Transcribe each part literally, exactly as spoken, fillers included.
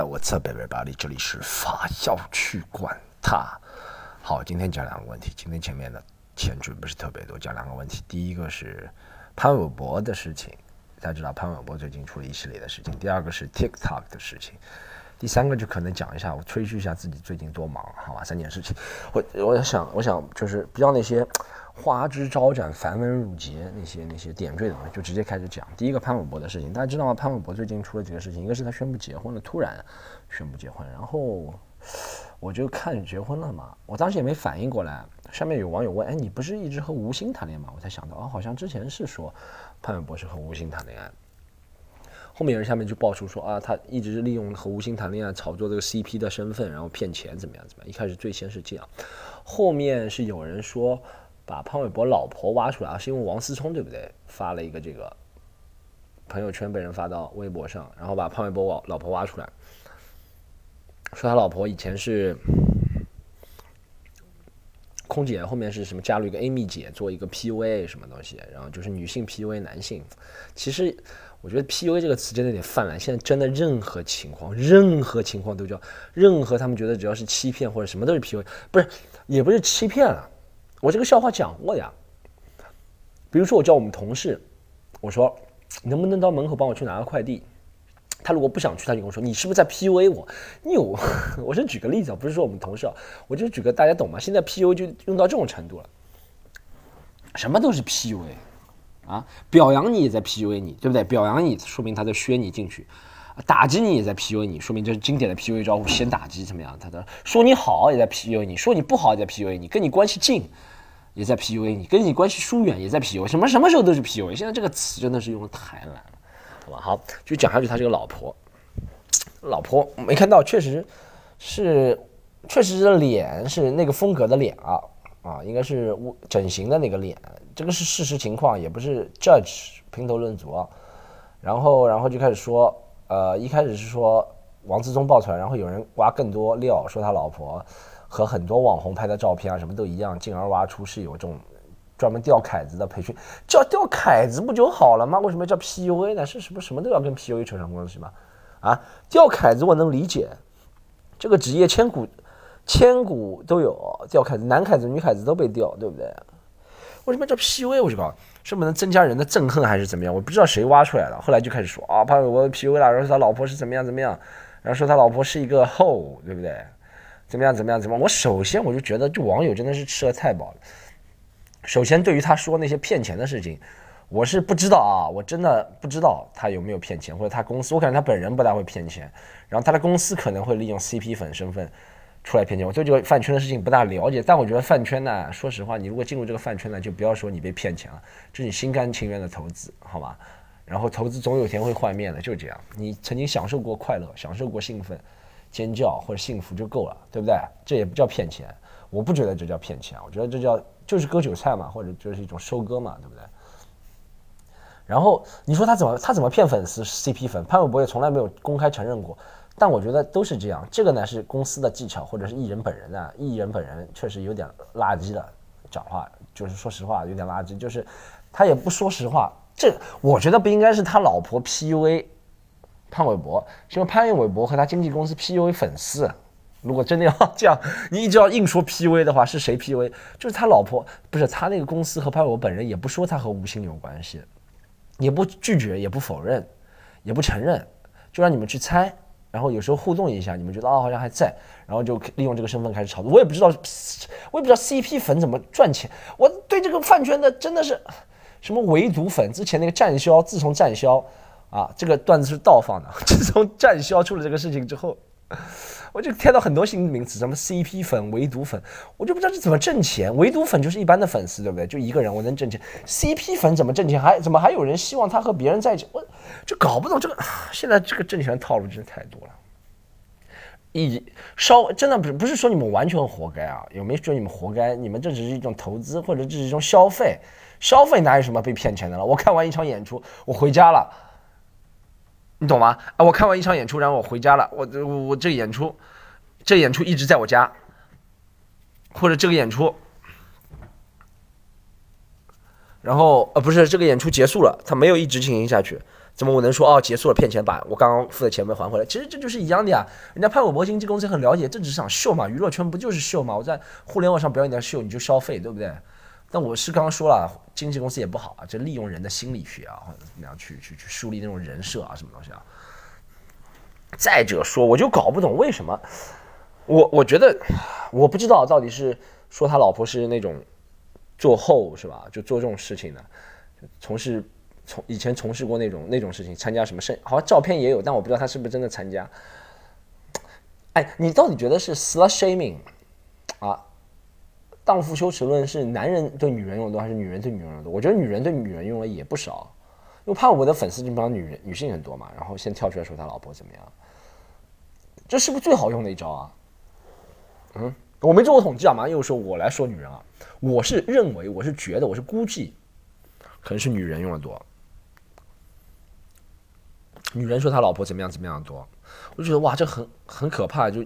What's up, everybody？ 这里是法要去管它。好，今天讲两个问题。今天前面的前缀不是特别多，讲两个问题。第一个是潘玮柏的事情，大家知道潘玮柏最近出了一系列的事情。第二个是 TikTok 的事情。第三个就可能讲一下，我吹嘘一下自己最近多忙，好吧？三件事情。我我想，我想就是不要那些花枝招展、繁文缛节那些那些点缀的东西，就直接开始讲。第一个潘玮柏的事情，大家知道吗？潘玮柏最近出了几个事情，一个是他宣布结婚了，突然宣布结婚，然后我就看结婚了嘛，我当时也没反应过来。下面有网友问，哎，你不是一直和吴昕谈恋爱吗？我才想到，哦，好像之前是说潘玮柏是和吴昕谈恋爱。后面人下面就爆出说啊，他一直利用和吴昕谈恋爱炒作这个 C P 的身份，然后骗钱怎么样怎么样。一开始最先是这样，后面是有人说把潘玮柏老婆挖出来啊，是因为王思聪对不对？发了一个这个朋友圈被人发到微博上，然后把潘玮柏老婆挖出来，说他老婆以前是空姐，后面是什么加入一个 Amy 姐做一个 P U A 什么东西，然后就是女性 P U A 男性。其实我觉得 P U A 这个词真的有点泛滥，现在真的任何情况任何情况都叫，任何他们觉得只要是欺骗或者什么都是 P U A， 不是也不是欺骗了。我这个笑话讲过呀，比如说我叫我们同事，我说能不能到门口帮我去拿个快递，他如果不想去，他就跟我说你是不是在 P U A 我？你有，我是举个例子，不是说我们同事，我就举个大家懂吗？现在 P U A 就用到这种程度了，什么都是 P U A。啊，表扬你也在 P U A 你，对不对？表扬你说明他在削你进去，打击你也在 P U A 你，说明这是经典的 P U A 招呼，先打击怎么样？他的说你好也在 P U A 你，说你不好也在 P U A 你，跟你关系近也在 P U A 你，跟你关系疏远也在 P U A， 什么什么时候都是 P U A。现在这个词真的是用的太烂了，好吧？好，就讲下去他这个老婆，老婆没看到，确实是，确实是脸是那个风格的脸啊。啊，应该是整形的那个脸，这个是事实情况，也不是 judge 评头论足啊。然后，然后就开始说，呃，一开始是说王思聪爆出来，然后有人挖更多料，说他老婆和很多网红拍的照片啊，什么都一样，进而挖出是有这种专门钓凯子的培训，叫钓凯子不就好了吗？为什么叫 P U A 呢？是什么什么都要跟 P U A 扯上关系吗？啊，钓凯子我能理解，这个职业千古。千古都有钓凯子，男凯子、女凯子都被钓，对不对？为什么叫 P U A？ 我就搞，是不能增加人的憎恨还是怎么样？我不知道谁挖出来的。后来就开始说啊，潘玮柏 P U A 了，然后说他老婆是怎么样怎么样，然后说他老婆是一个后，对不对？怎么样怎么样怎么样？我首先我就觉得，这网友真的是吃了太饱了。首先，对于他说那些骗钱的事情，我是不知道啊，我真的不知道他有没有骗钱，或者他公司，我感觉他本人不大会骗钱，然后他的公司可能会利用 C P 粉身份。出来骗钱，我对这个饭圈的事情不大了解，但我觉得饭圈呢，说实话，你如果进入这个饭圈呢，就不要说你被骗钱了，这是你心甘情愿的投资，好吧？然后投资总有一天会幻灭的，就这样。你曾经享受过快乐，享受过兴奋、尖叫或者幸福就够了，对不对？这也不叫骗钱，我不觉得这叫骗钱，我觉得这叫就是割韭菜嘛，或者就是一种收割嘛，对不对？然后你说他怎么他怎么骗粉丝 C P 粉？潘玮柏也从来没有公开承认过。但我觉得都是这样，这个呢是公司的技巧，或者是艺人本人啊，艺人本人确实有点垃圾的讲话，就是说实话有点垃圾，就是他也不说实话。这我觉得不应该是他老婆 P U A 潘玮柏，是因为潘玮柏和他经纪公司 P U A 粉丝。如果真的要这样，你一直要硬说 P U A 的话，是谁 P U A？ 就是他老婆，不是他那个公司和潘玮柏本人也不说他和吴昕有关系，也不拒绝，也不否认，也不承认，就让你们去猜。然后有时候互动一下，你们觉得啊、哦、好像还在，然后就利用这个身份开始炒作。我也不知道，我也不知道 C P 粉怎么赚钱。我对这个饭圈的真的是什么唯独粉，之前那个战销，自从战销啊，这个段子是倒放的。自从战销出了这个事情之后，我就听到很多新名词，什么 C P 粉、唯独粉，我就不知道这怎么挣钱。唯独粉就是一般的粉丝，对不对？就一个人我能挣钱。C P 粉怎么挣钱？还怎么还有人希望他和别人在一起？我就搞不懂这个。现在这个挣钱套路真的太多了。一稍真的不是不是说你们完全活该啊，有没有说你们活该？你们这只是一种投资，或者这是一种消费。消费哪有什么被骗钱的了？我看完一场演出，我回家了。你懂吗？啊，我看完一场演出，然后我回家了。我我我这个演出，这个演出一直在我家，或者这个演出，然后呃不是这个演出结束了，他没有一直进行下去， 怎么我能说哦结束了骗钱把我刚刚付的钱没还回来？其实这就是一样的呀。人家潘玮柏经纪公司很了解，这只是场秀嘛，娱乐圈不就是秀嘛？我在互联网上表演的秀，你就消费，对不对？但我是刚刚说了，经纪公司也不好啊，这利用人的心理学啊，或者怎么样去去去树立那种人设啊，什么东西啊？再者说，我就搞不懂为什么，我我觉得我不知道到底是说他老婆是那种做后是吧，就做这种事情的，从事从以前从事过那种那种事情，参加什么盛，好像照片也有，但我不知道他是不是真的参加。哎，你到底觉得是 slut shaming 啊？荡妇羞耻论是男人对女人用的多，还是女人对女人用的多？我觉得女人对女人用的也不少，因为怕我的粉丝基本上女人女性很多嘛，然后先跳出来说他老婆怎么样，这是不是最好用的一招啊？嗯，我没做过统计啊，马上又说我来说女人啊，我是认为，我是觉得，我是估计，可能是女人用的多。女人说他老婆怎么样怎么样的多，我就觉得哇，这很很可怕，就。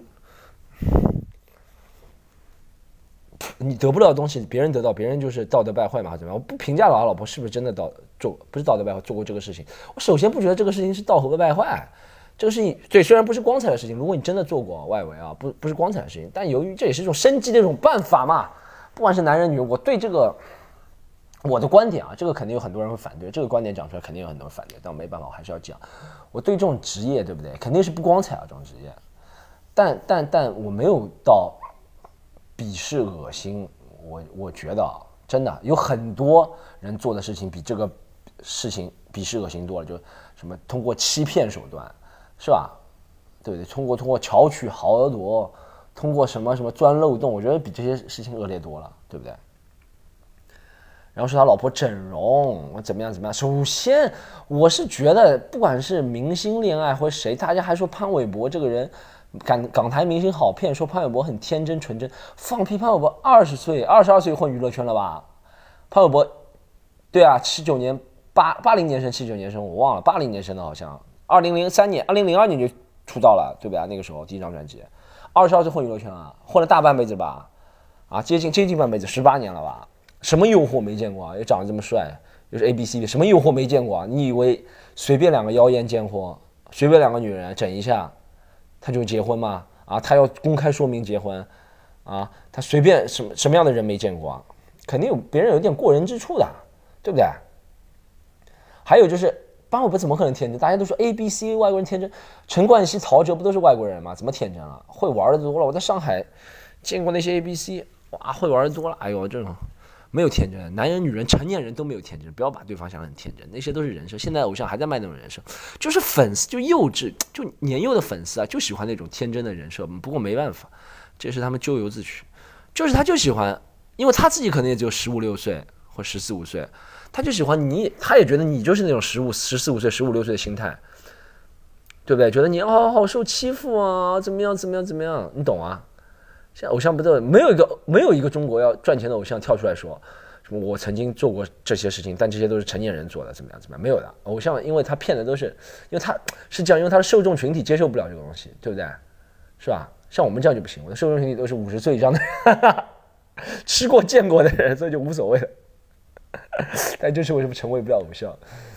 你得不到的东西，别人得到，别人就是道德败坏嘛？怎么样？我不评价老老婆是不是真的道做，不是道德败坏做过这个事情。我首先不觉得这个事情是道德败坏，这个事情对虽然不是光彩的事情，如果你真的做过外围啊，不不是光彩的事情，但由于这也是一种生计的一种办法嘛。不管是男人女人，我对这个我的观点啊，这个肯定有很多人会反对，这个观点讲出来肯定有很多人反对，但我没办法，我还是要讲。我对这种职业，对不对？肯定是不光彩啊，这种职业，但但但我没有到。鄙视恶心，我我觉得啊，真的有很多人做的事情比这个事情鄙视恶心多了，就什么通过欺骗手段，是吧？对不对？通过通过巧取豪夺，通过什么什么钻漏洞，我觉得比这些事情恶劣多了，对不对？然后说他老婆整容，怎么样怎么样？首先，我是觉得不管是明星恋爱或谁，大家还说潘玮柏这个人。港港台明星好骗，说潘玮柏很天真纯真，放屁！潘玮柏二十岁，二十二岁混娱乐圈了吧？潘玮柏，对啊，七九年八八零年生，七九年生我忘了，八零年生的好像，二零零三年、二零零二年就出道了，对不对？那个时候第一张专辑，二十二岁混娱乐圈啊，混了大半辈子吧？啊，接近接近半辈子，十八年了吧？什么诱惑没见过啊？又长得这么帅，又是 A B C 的，什么诱惑没见过啊？你以为随便两个妖艳贱货，随便两个女人整一下？他就结婚吗？啊，他要公开说明结婚，啊，他随便什么什么样的人没见过啊？肯定有别人有点过人之处的，对不对？还有就是潘玮柏怎么可能天真？大家都说 A B C 外国人天真，陈冠希、陶喆不都是外国人吗？怎么天真了？会玩的多了。我在上海见过那些 A B C， 哇，会玩的多了。哎呦，这种没有天真，男人、女人、成年人都没有天真，不要把对方想得很天真，那些都是人设。现在偶像还在卖那种人设，就是粉丝就幼稚，就年幼的粉丝啊，就喜欢那种天真的人设。不过没办法，这是他们咎由自取，就是他就喜欢，因为他自己可能也只有十五六岁或十四五岁，他就喜欢你，他也觉得你就是那种十五、十四五岁、十五六岁的心态，对不对？觉得你好好受欺负啊，怎么样怎么样怎么样，你懂啊？现在偶像不都没有一个没有一个中国要赚钱的偶像跳出来说什么我曾经做过这些事情，但这些都是成年人做的，怎么样怎么样？没有的。偶像因为他骗的都是，因为他是这样，因为他的受众群体接受不了这个东西，对不对？是吧？像我们这样就不行，我的受众群体都是五十岁以上的人，吃过见过的人，所以就无所谓了。但就是为什么成为不了偶像？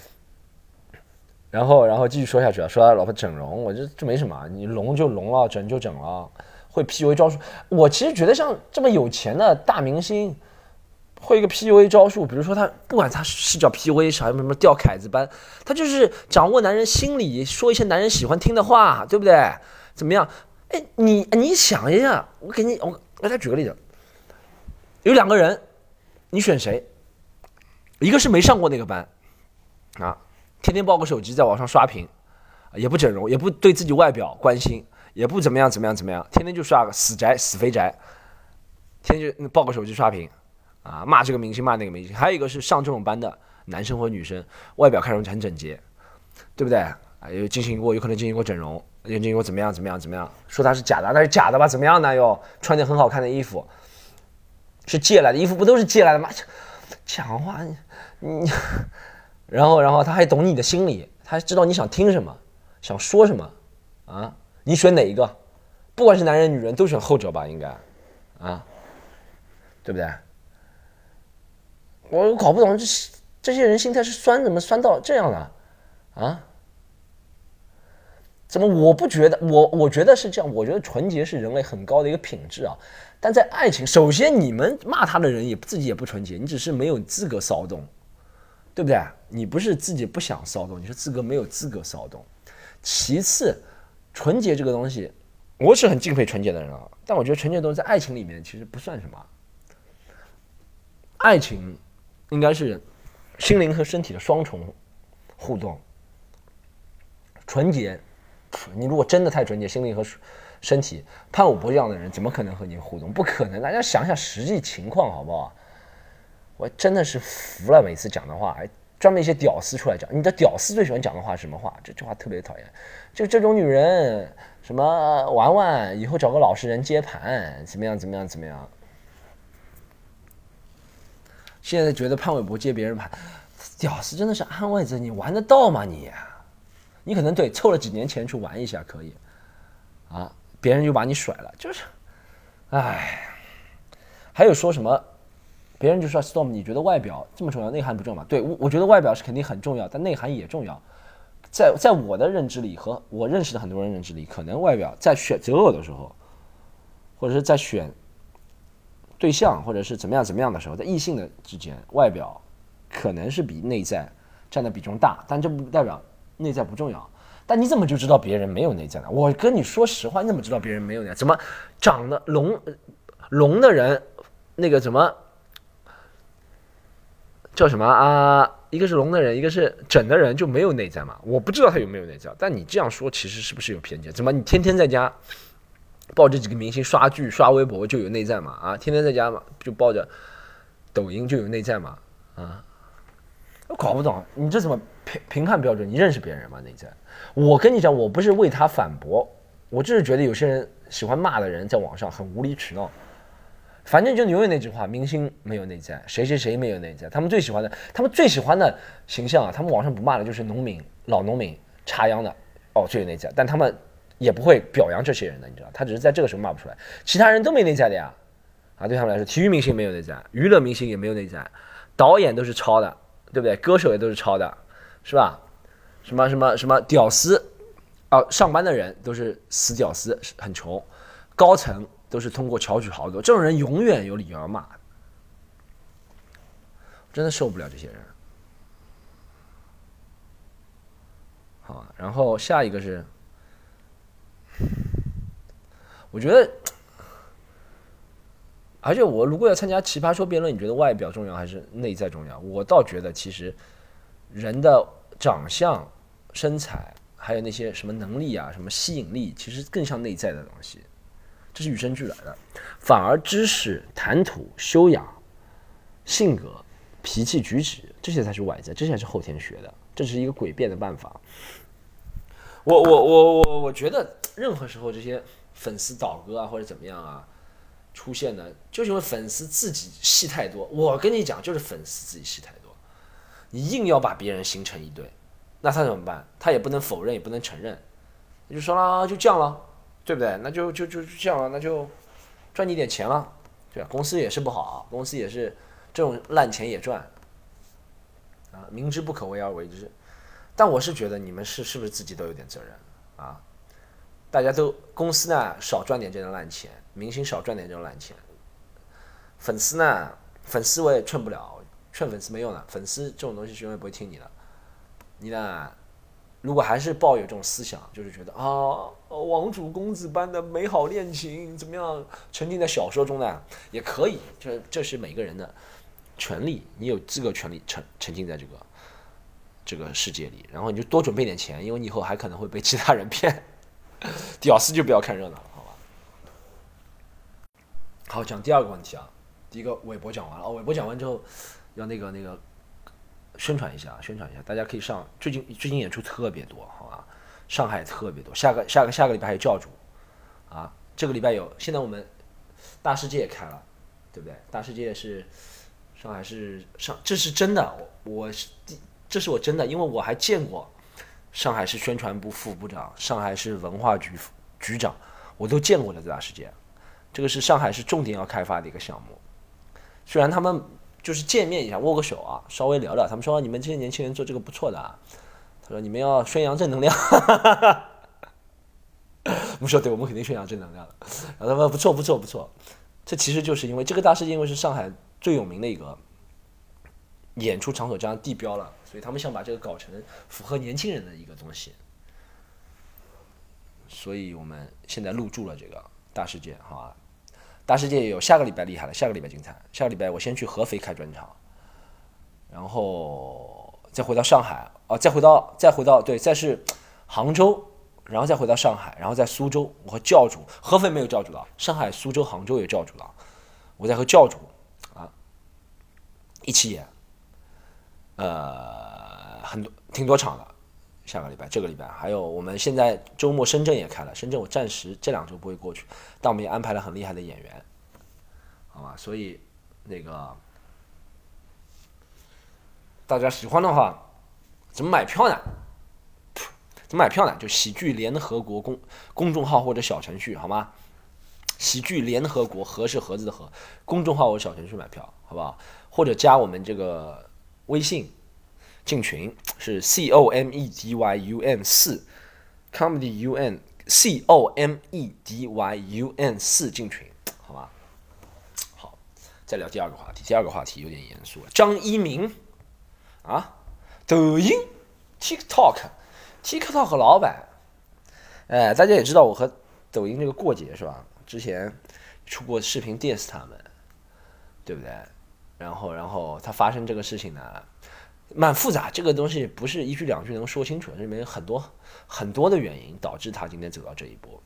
然后，然后继续说下去啊，说他老婆整容，我这这没什么，你隆就隆了，整就整了。会 P U A 招数，我其实觉得像这么有钱的大明星，会一个 P U A 招数，比如说他不管他是叫 P U A 啥什么什么吊凯子班，他就是掌握男人心理，说一些男人喜欢听的话，对不对？怎么样？哎，你你想一下，我给你我我再举个例子，有两个人，你选谁？一个是没上过那个班，啊，天天抱个手机在网上刷屏，也不整容，也不对自己外表关心。也不怎么样怎么样怎么样，天天就刷个死宅死肥宅，天天就抱个手机刷屏，啊，骂这个明星骂那个明星。还有一个是上这种班的男生或女生，外表看上去很整洁，对不对？啊，有进行过有可能进行过整容，有进行过怎么样怎么样怎么样，说他是假的，那是假的吧？怎么样呢？哟，穿件很好看的衣服，是借来的衣服，不都是借来的吗？讲话你你，然后然后他还懂你的心理，他还知道你想听什么，想说什么，啊？你选哪一个？不管是男人女人，都选后者吧，应该，啊，对不对？我搞不懂这这些人心态是酸，怎么酸到这样了？啊， 怎么我不觉得？我我觉得是这样，我觉得纯洁是人类很高的一个品质啊。但在爱情，首先你们骂他的人也自己也不纯洁，你只是没有资格骚动，对不对？你不是自己不想骚动，你是资格没有资格骚动。其次，纯洁这个东西，我是很敬佩纯洁的人啊，但我觉得纯洁的东西在爱情里面其实不算什么。爱情应该是心灵和身体的双重互动，纯洁。你如果真的太纯洁，心灵和身体，潘玮柏这样的人怎么可能和你互动？不可能！大家想想实际情况好不好？我真的是服了，每次讲的话，哎，专门一些屌丝出来讲，你的屌丝最喜欢讲的话是什么话？这句话特别讨厌。就这种女人，什么玩玩，以后找个老实人接盘，怎么样？怎么样？怎么样？现在觉得潘玮柏接别人盘，屌丝真的是安慰着你，玩得到吗你？你可能对凑了几年钱去玩一下可以，啊，别人就把你甩了，就是，唉，还有说什么，别人就说 Storm， 你觉得外表这么重要，内涵不重要吗？对，我我觉得外表是肯定很重要，但内涵也重要。在在我的认知里和我认识的很多人认知里，可能外表在选择偶的时候，或者是在选对象，或者是怎么样怎么样的时候，在异性的之间，外表可能是比内在占的比重大，但这不代表内在不重要。但你怎么就知道别人没有内在呢？我跟你说实话，你怎么知道别人没有内在？怎么长得龙龙的人，那个怎么叫什么啊？一个是龙的人，一个是整的人就没有内在嘛？我不知道他有没有内在，但你这样说其实是不是有偏见？怎么你天天在家抱着几个明星刷剧、刷微博就有内在嘛？啊，天天在家嘛就抱着抖音就有内在嘛？啊，我搞不懂，你这怎么评评判标准？你认识别人吗？内在？我跟你讲，我不是为他反驳，我就是觉得有些人喜欢骂的人在网上很无理取闹。反正就永远那句话，明星没有内在，谁谁谁没有内在。他们最喜欢的，他们最喜欢的形象啊，他们网上不骂的就是农民、老农民、插秧的，哦，最有内在。但他们也不会表扬这些人的，你知道，他只是在这个时候骂不出来，其他人都没内在的呀。啊，对他们来说，体育明星没有内在，娱乐明星也没有内在，导演都是抄的，对不对？歌手也都是抄的，是吧？什么什么什么屌丝，啊，上班的人都是死屌丝，很穷，高层都是通过巧取豪夺，这种人永远有理由要骂，真的受不了这些人。好，然后下一个是，我觉得，而且我如果要参加奇葩说辩论，你觉得外表重要还是内在重要？我倒觉得其实人的长相、身材，还有那些什么能力啊、什么吸引力，其实更像内在的东西。这是与生俱来的，反而知识、谈吐、修养、性格、脾气、举止，这些才是外在，这些才是后天学的，这是一个诡辩的办法。我我我我我觉得，任何时候这些粉丝倒戈啊或者怎么样啊出现的，就是因为粉丝自己戏太多。我跟你讲，就是粉丝自己戏太多，你硬要把别人形成一对，那他怎么办？他也不能否认，也不能承认，就说啦，就这样了。对不对？那就就就这样了，那就赚你点钱了，对吧？公司也是不好，公司也是这种烂钱也赚，啊，明知不可为而为之。但我是觉得你们是是不是自己都有点责任啊？大家都公司呢少赚点这种烂钱，明星少赚点这种烂钱，粉丝呢，粉丝我也劝不了，劝粉丝没用的，粉丝这种东西是永远不会听你的，你呢？如果还是抱有这种思想，就是觉得啊，王主公子般的美好恋情怎么样，沉浸在小说中呢，也可以，这这是每个人的权利，你有资格权利沉沉浸在这个这个世界里，然后你就多准备点钱，因为你以后还可能会被其他人骗。屌丝就不要看热闹了，好吧？好，讲第二个问题啊，第一个韦伯讲完了，哦，韦伯讲完之后，要那个那个。宣传一下，宣传一下，大家可以上。最近最近演出特别多，好吧？上海特别多，下个下个下个礼拜还有教主，啊，这个礼拜有。现在我们大世界也开了，对不对？大世界是上海是上，这是真的，我我是这是我真的，因为我还见过上海市宣传部副部长、上海市文化局局长，我都见过的在大世界。这个是上海市重点要开发的一个项目，虽然他们。就是见面一下，握个手啊，稍微聊聊。他们说你们这些年轻人做这个不错的啊，他说你们要宣扬正能量。 我们说对，我们肯定宣扬正能量的。然后他们不错不错不错，这其实就是因为这个大世界，因为是上海最有名的一个演出场所加上地标了，所以他们想把这个搞成符合年轻人的一个东西。所以我们现在入驻了这个大世界，好吧？大世界有下个礼拜厉害了，下个礼拜精彩。下个礼拜我先去合肥开专场，然后再回到上海，哦，再回到再回到对，再是杭州，然后再回到上海，然后在苏州，我和教主，合肥没有教主了，上海、苏州、杭州有教主了，我再和教主啊一起演，呃，很多挺多场的。下个礼拜，这个礼拜还有我们现在周末深圳也开了，深圳我暂时这两周不会过去，但我们也安排了很厉害的演员，好吧？所以那个大家喜欢的话，怎么买票呢？怎么买票呢？就喜剧联合国公公众号或者小程序，好吗？喜剧联合国，和是盒子的和，公众号或者小程序买票，好不好？或者加我们这个微信。进群是 C O M E D Y U N 四 comedy U N C O M E D Y U N 四进群，好吧？好，再聊第二个话题。第二个话题有点严肃了。张一鸣啊，抖音 TikTok TikTok 老板，哎，大家也知道我和抖音这个过节是吧？之前出过视频 diss 他们，对不对？然后，然后他发生这个事情呢？蛮复杂，这个东西不是一句两句能说清楚的，里面有很多很多的原因导致他今天走到这一步。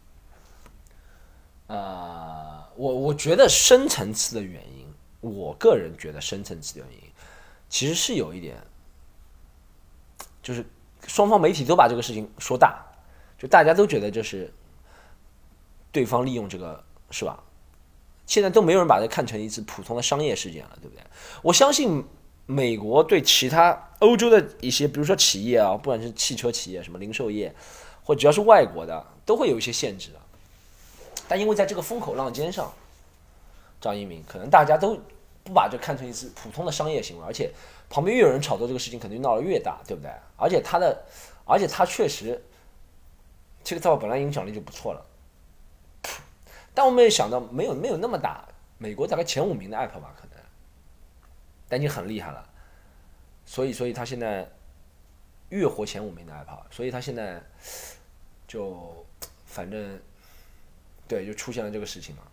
呃，我我觉得深层次的原因，我个人觉得深层次的原因，其实是有一点，就是双方媒体都把这个事情说大，就大家都觉得就是对方利用这个，是吧？现在都没有人把这看成一次普通的商业事件了，对不对？我相信。美国对其他欧洲的一些，比如说企业啊，不管是汽车企业、什么零售业，或只要是外国的，都会有一些限制的。但因为在这个风口浪尖上，张一鸣可能大家都不把这看成一次普通的商业行为，而且旁边越有人炒作这个事情，肯定闹得越大，对不对？而且他的，而且他确实，这个造本来影响力就不错了，但我没有想到没有没有那么大，美国大概前五名的 app 吧，可能。但已经很厉害了，所以所以他现在月活前五名的 app， 所以他现在就反正对就出现了这个事情嘛。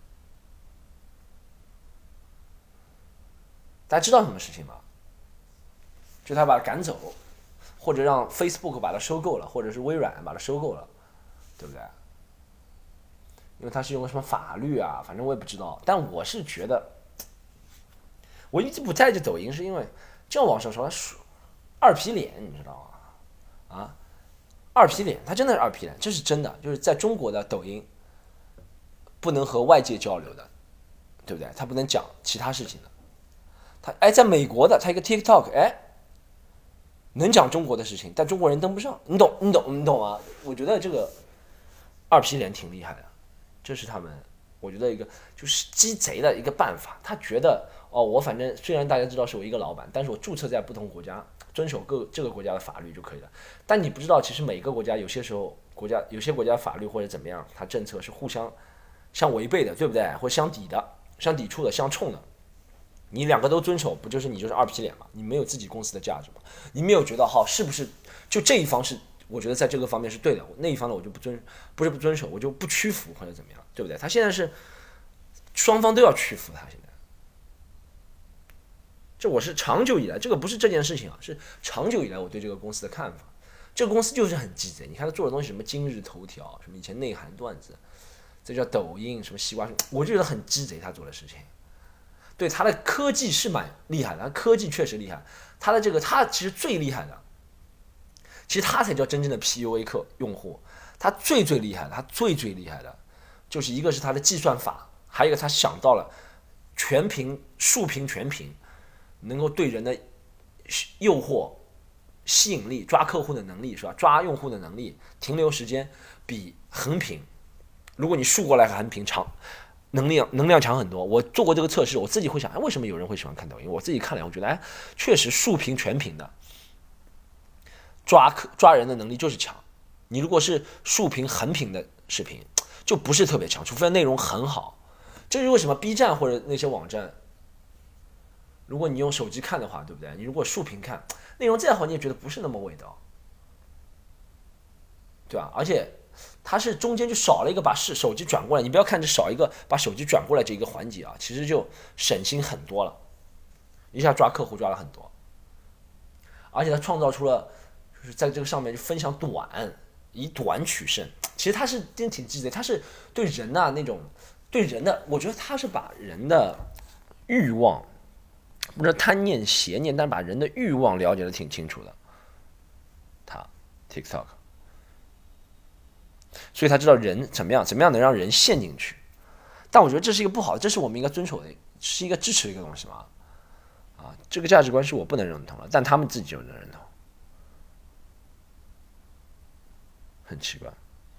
大家知道什么事情吗？就他把他赶走，或者让 Facebook 把他收购了，或者是微软把他收购了，对不对？因为他是用什么法律啊，反正我也不知道。但我是觉得。我一直不在这抖音，是因为这样网上说二皮脸，你知道吗？啊，二皮脸，他真的是二皮脸，这是真的。就是在中国的抖音不能和外界交流的，对不对？他不能讲其他事情的。他哎，在美国的他一个 TikTok， 哎，能讲中国的事情，但中国人登不上，你懂你懂你懂吗？我觉得这个二皮脸挺厉害的，这是他们我觉得一个就是鸡贼的一个办法。他觉得。哦，我反正虽然大家知道是我一个老板，但是我注册在不同国家，遵守各这个国家的法律就可以了。但你不知道，其实每个国家有些时候国家有些国家法律或者怎么样，它政策是互相相违背的，对不对？或相抵的、相抵触的、相冲的。你两个都遵守，不就是你就是二皮脸吗？你没有自己公司的价值吗？你没有觉得好是不是？就这一方是我觉得在这个方面是对的，那一方呢我就不遵不是不遵守，我就不屈服或者怎么样，对不对？他现在是双方都要屈服，他现在。这我是长久以来，这个不是这件事情啊，是长久以来我对这个公司的看法。这个公司就是很鸡贼，你看他做的东西，什么今日头条，什么以前内涵段子，这叫抖音，什么西瓜，我就觉得很鸡贼。他做的事情，对他的科技是蛮厉害的，科技确实厉害。他的这个，他其实最厉害的，其实他才叫真正的 P U A 客用户。他最最厉害的，他最最厉害的，就是一个是他的计算法，还有一个他想到了全屏、竖屏、全屏。能够对人的诱惑、吸引力、抓客户的能力是吧？抓用户的能力、停留时间比横屏，如果你竖过来和横屏长，能量能量强很多。我做过这个测试，我自己会想，哎，为什么有人会喜欢看抖音？我自己看了，我觉得，哎，确实竖屏、全屏的抓抓人的能力就是强。你如果是竖屏、横屏的视频，就不是特别强，除非内容很好。这是为什么 B 站或者那些网站，如果你用手机看的话，对不对？你如果竖屏看，内容再好你也觉得不是那么味道，对吧？而且它是中间就少了一个把是手机转过来，你不要看这少一个把手机转过来这一个环节啊，其实就省心很多了，一下抓客户抓了很多，而且它创造出了就是在这个上面就分享短，以短取胜。其实它是真挺积极的，它是对人呐、啊、那种对人的，我觉得它是把人的欲望，不是贪念邪念，但是把人的欲望了解的挺清楚的。他 TikTok。所以他知道人怎么样，怎么样能让人陷进去。但我觉得这是一个不好的，这是我们应该遵守的，是一个支持的一个东西嘛。啊，这个价值观是我不能认同的，但他们自己就能认同，很奇怪。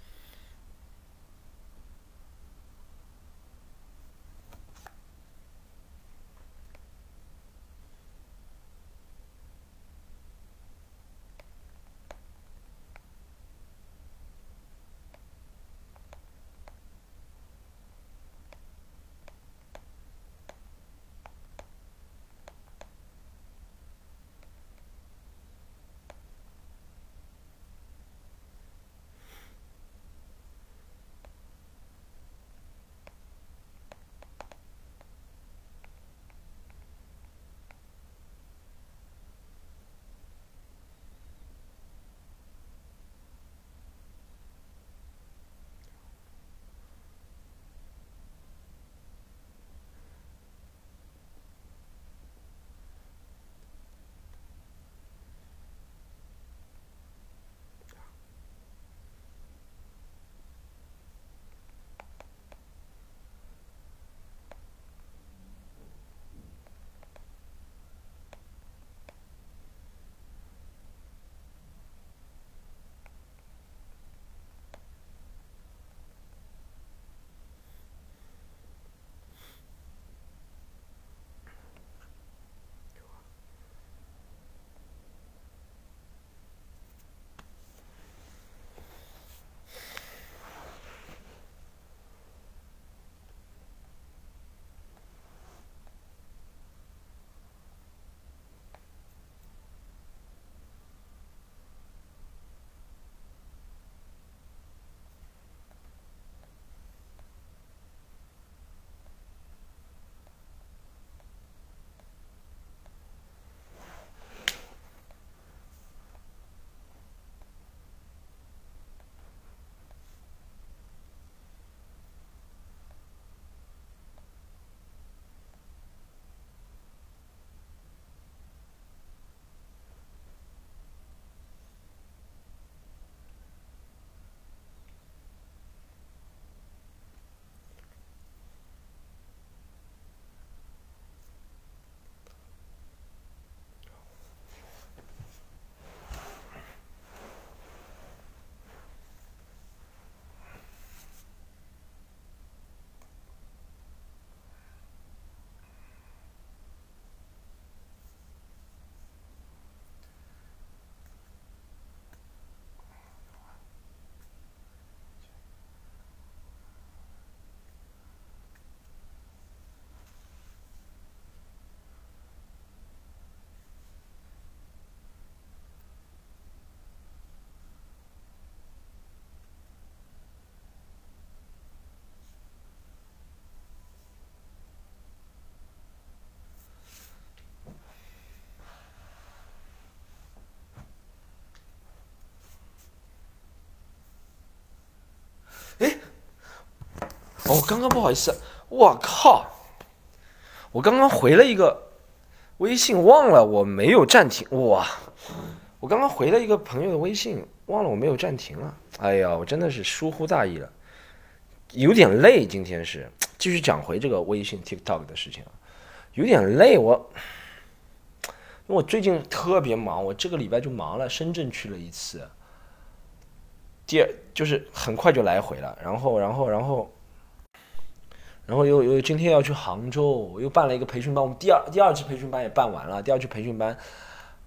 哎，哦，刚刚不好意思，我靠，我刚刚回了一个微信，忘了我没有暂停，哇，我刚刚回了一个朋友的微信，忘了我没有暂停了，哎呀，我真的是疏忽大意了，有点累，今天是继续讲回这个微信 TikTok 的事情，有点累，我。因为我最近特别忙，我这个礼拜就忙了，深圳去了一次，第二就是很快就来回了，然后然后然后然后又又今天要去杭州，我又办了一个培训班，我们第二第二期培训班也办完了，第二期培训班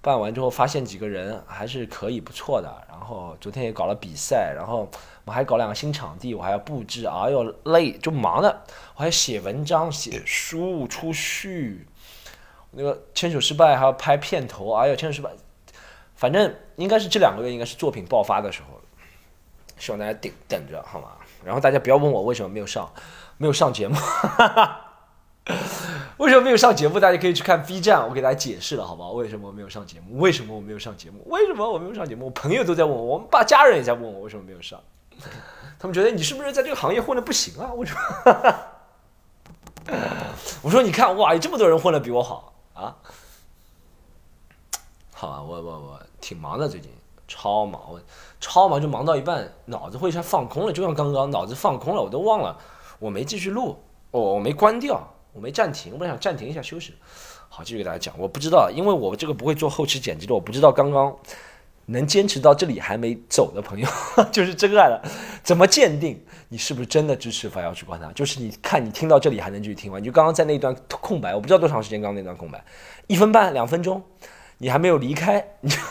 办完之后发现几个人还是可以不错的，然后昨天也搞了比赛，然后我还搞两个新场地，我还要布置，哎呦累，就忙的，我还写文章、写书、出序，那个牵手失败还要拍片头，哎呦牵手失败，反正应该是这两个月应该是作品爆发的时候，希望大家等等着好吗？然后大家不要问我为什么没有上，没有上节目。为什么没有上节目？大家可以去看 B 站，我给大家解释了，好不好？为什么我没有上节目？为什么我没有上节目？为什么我没有上节目？我朋友都在问我，我们爸家人也在问我为什么没有上。他们觉得你是不是在这个行业混得不行啊？为什么？我说你看，哇，有这么多人混得比我好啊！好啊，我我我挺忙的，最近超忙，我超忙，就忙到一半，脑子会一下放空了，就像刚刚脑子放空了，我都忘了我没继续录，哦，我没关掉。我没暂停，我本来想暂停一下休息。好，继续给大家讲。我不知道，因为我这个不会做后期剪辑的，我不知道刚刚能坚持到这里还没走的朋友，就是真爱了。怎么鉴定你是不是真的支持法要去观察？就是你看你听到这里还能继续听完，你就刚刚在那段空白，我不知道多长时间，刚刚那段空白，一分半两分钟，你还没有离开，你就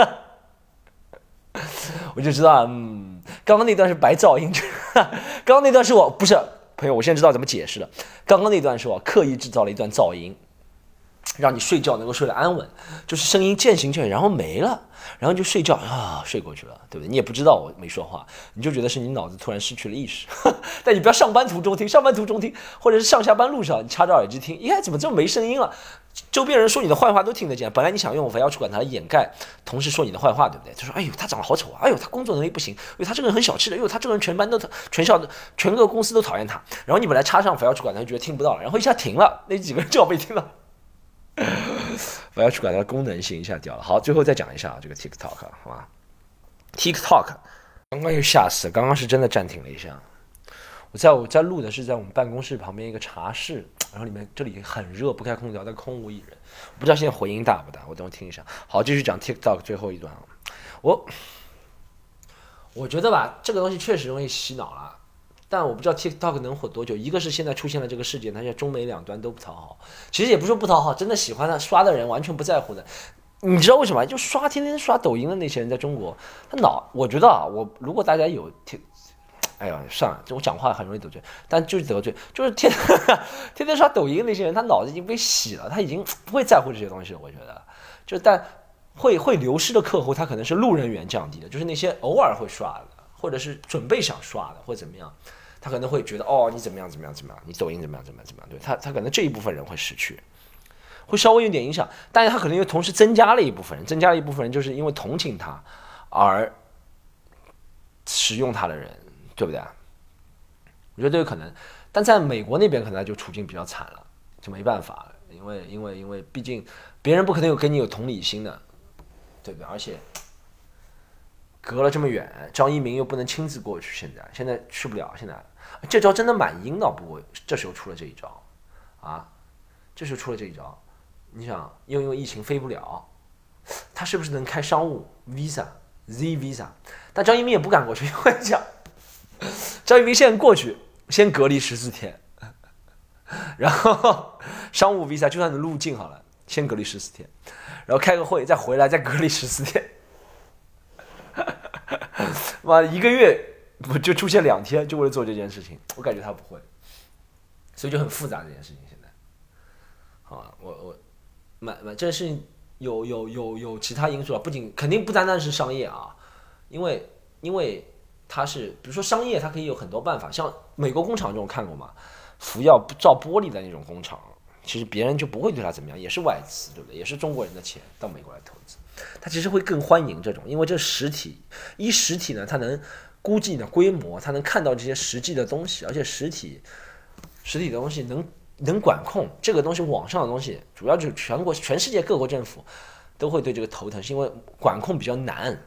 我就知道，嗯，刚刚那段是白噪音，刚刚那段是我不是。朋友，我现在知道怎么解释了。刚刚那段是我刻意制造了一段噪音，让你睡觉能够睡得安稳，就是声音渐行渐远，然后没了，然后就睡觉啊，睡过去了，对不对？你也不知道我没说话，你就觉得是你脑子突然失去了意识。但你不要上班途中听，上班途中听，或者是上下班路上你插着耳机听，哎，怎么这么没声音了？周边人说你的坏话都听得见，本来你想用我要去管他来掩盖同事说你的坏话，对不对？他说，哎呦，他长得好丑啊，哎呦，他工作能力不行，哎呦，他这个人很小气的，哎呦，他这个人全班都全校的全个公司都讨厌他。然后你本来插上我要去管他，就觉得听不到了，然后一下停了，那几个人正好被听到。我要去管它的功能性一下掉了。好，最后再讲一下这个 TikTok 好吧 ？TikTok 刚刚又吓死了，刚刚是真的暂停了一下。我在我在录的是在我们办公室旁边一个茶室，然后里面这里很热，不开空调，但空无一人。我不知道现在回音大不大，我等会听一下。好，继续讲 TikTok 最后一段。我我觉得吧，这个东西确实容易洗脑了。但我不知道 TikTok 能火多久。一个是现在出现了这个事件，它现在中美两端都不讨好。其实也不是说不讨好，真的喜欢的刷的人完全不在乎的。你知道为什么？就刷天天刷抖音的那些人，在中国，他脑，我觉得啊，我如果大家有，哎呀，算了，我讲话很容易得罪，但就是得罪，就是天天天刷抖音那些人，他脑子已经被洗了，他已经不会在乎这些东西了。我觉得，就但会会流失的客户，他可能是路人缘降低的，就是那些偶尔会刷的。或者是准备想刷的，或者怎么样，他可能会觉得哦，你怎么样怎么样怎么样，你抖音怎么样怎么样怎么样，对他，他可能这一部分人会失去，会稍微有点影响，但是他可能又同时增加了一部分人，增加了一部分人就是因为同情他而使用他的人，对不对？我觉得都有可能，但在美国那边可能就处境比较惨了，就没办法了，因为因为因为毕竟别人不可能有跟你有同理心的，对不对？而且。隔了这么远，张一鸣又不能亲自过去，现在现在去不了。现在这招真的蛮阴的，不过这时候出了这一招，啊，这时候出了这一招。你想，又因为疫情飞不了，他是不是能开商务 visa Z visa？ 但张一鸣也不敢过去，因为讲张一鸣现在过去先隔离十四天，然后商务 visa 就算能入境好了，先隔离十四天，然后开个会再回来再隔离十四天。妈，一个月不就出现两天，就为了做这件事情？我感觉他不会，所以就很复杂这件事情。现在，好啊，我我买买这件事情有有有有其他因素啊，不仅肯定不单单是商业啊，因为因为它是比如说商业，它可以有很多办法，像美国工厂这种看过吗？服药造玻璃的那种工厂，其实别人就不会对他怎么样，也是外资，对不对？也是中国人的钱到美国来投资。他其实会更欢迎这种，因为这实体一实体呢，它能估计你的规模，它能看到这些实际的东西，而且实体实体的东西能能管控。这个东西网上的东西，主要就是全国全世界各国政府都会对这个头疼，是因为管控比较难，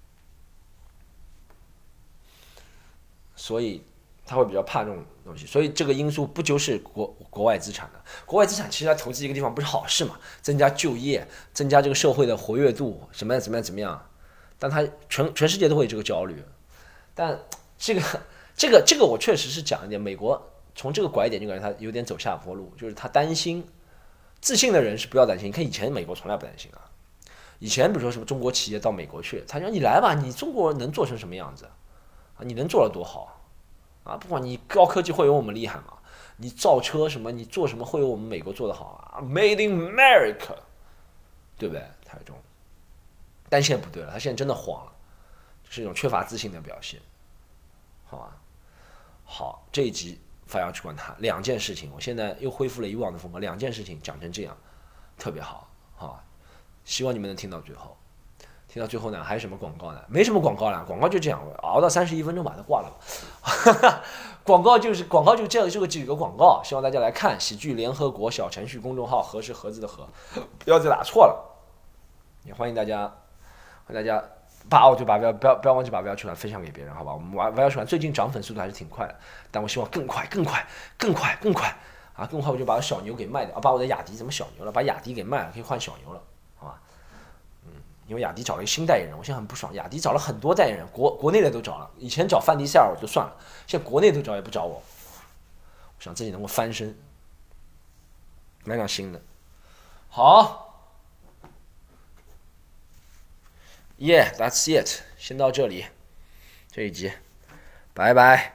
所以他会比较怕这种东西。所以这个因素不就是国国外资产的？国外资产其实它投资一个地方不是好事嘛，增加就业，增加这个社会的活跃度，什么样怎么样怎么样？但它全全世界都会有这个焦虑。但这个这个这个我确实是讲一点，美国从这个拐点就感觉它有点走下坡路，就是他担心，自信的人是不要担心。你看以前美国从来不担心啊， 以前比如说什么中国企业到美国去，他说你来吧，你中国能做成什么样子啊？你能做得多好啊？不管你高科技会有我们厉害吗？你造车什么，你做什么会有我们美国做得好啊 ？Made in America， 对不对？他有这种，但现在不对了，他现在真的慌了，是一种缺乏自信的表现，好吧？好，这一集发要去管他两件事情，我现在又恢复了以往的风格，两件事情讲成这样，特别好，好，希望你们能听到最后。听到最后呢，还有什么广告呢？没什么广告了，广告就这样，熬到三十一分钟把它挂了吧。广告就是广告就这样，这个几个广告，希望大家来看喜剧联合国小程序公众号，和是盒子的和，不要再打错了。也欢迎大家，欢迎大家把我就把不要不要不要忘记把不要去玩分享给别人，好吧？我们玩不要去玩最近涨粉速度还是挺快的，但我希望更快更快更快更快啊！更快我就把小牛给卖掉啊，把我的雅迪怎么小牛了？把雅迪给卖了，可以换小牛了，好吧？因为雅迪找了一个新代言人，我现在很不爽。雅迪找了很多代言人，国国内的都找了，以前找范迪塞尔就算了，现在国内都找也不找我。我想自己能够翻身，买辆新的。好 ，Yeah, that's it， 先到这里，这一集，拜拜。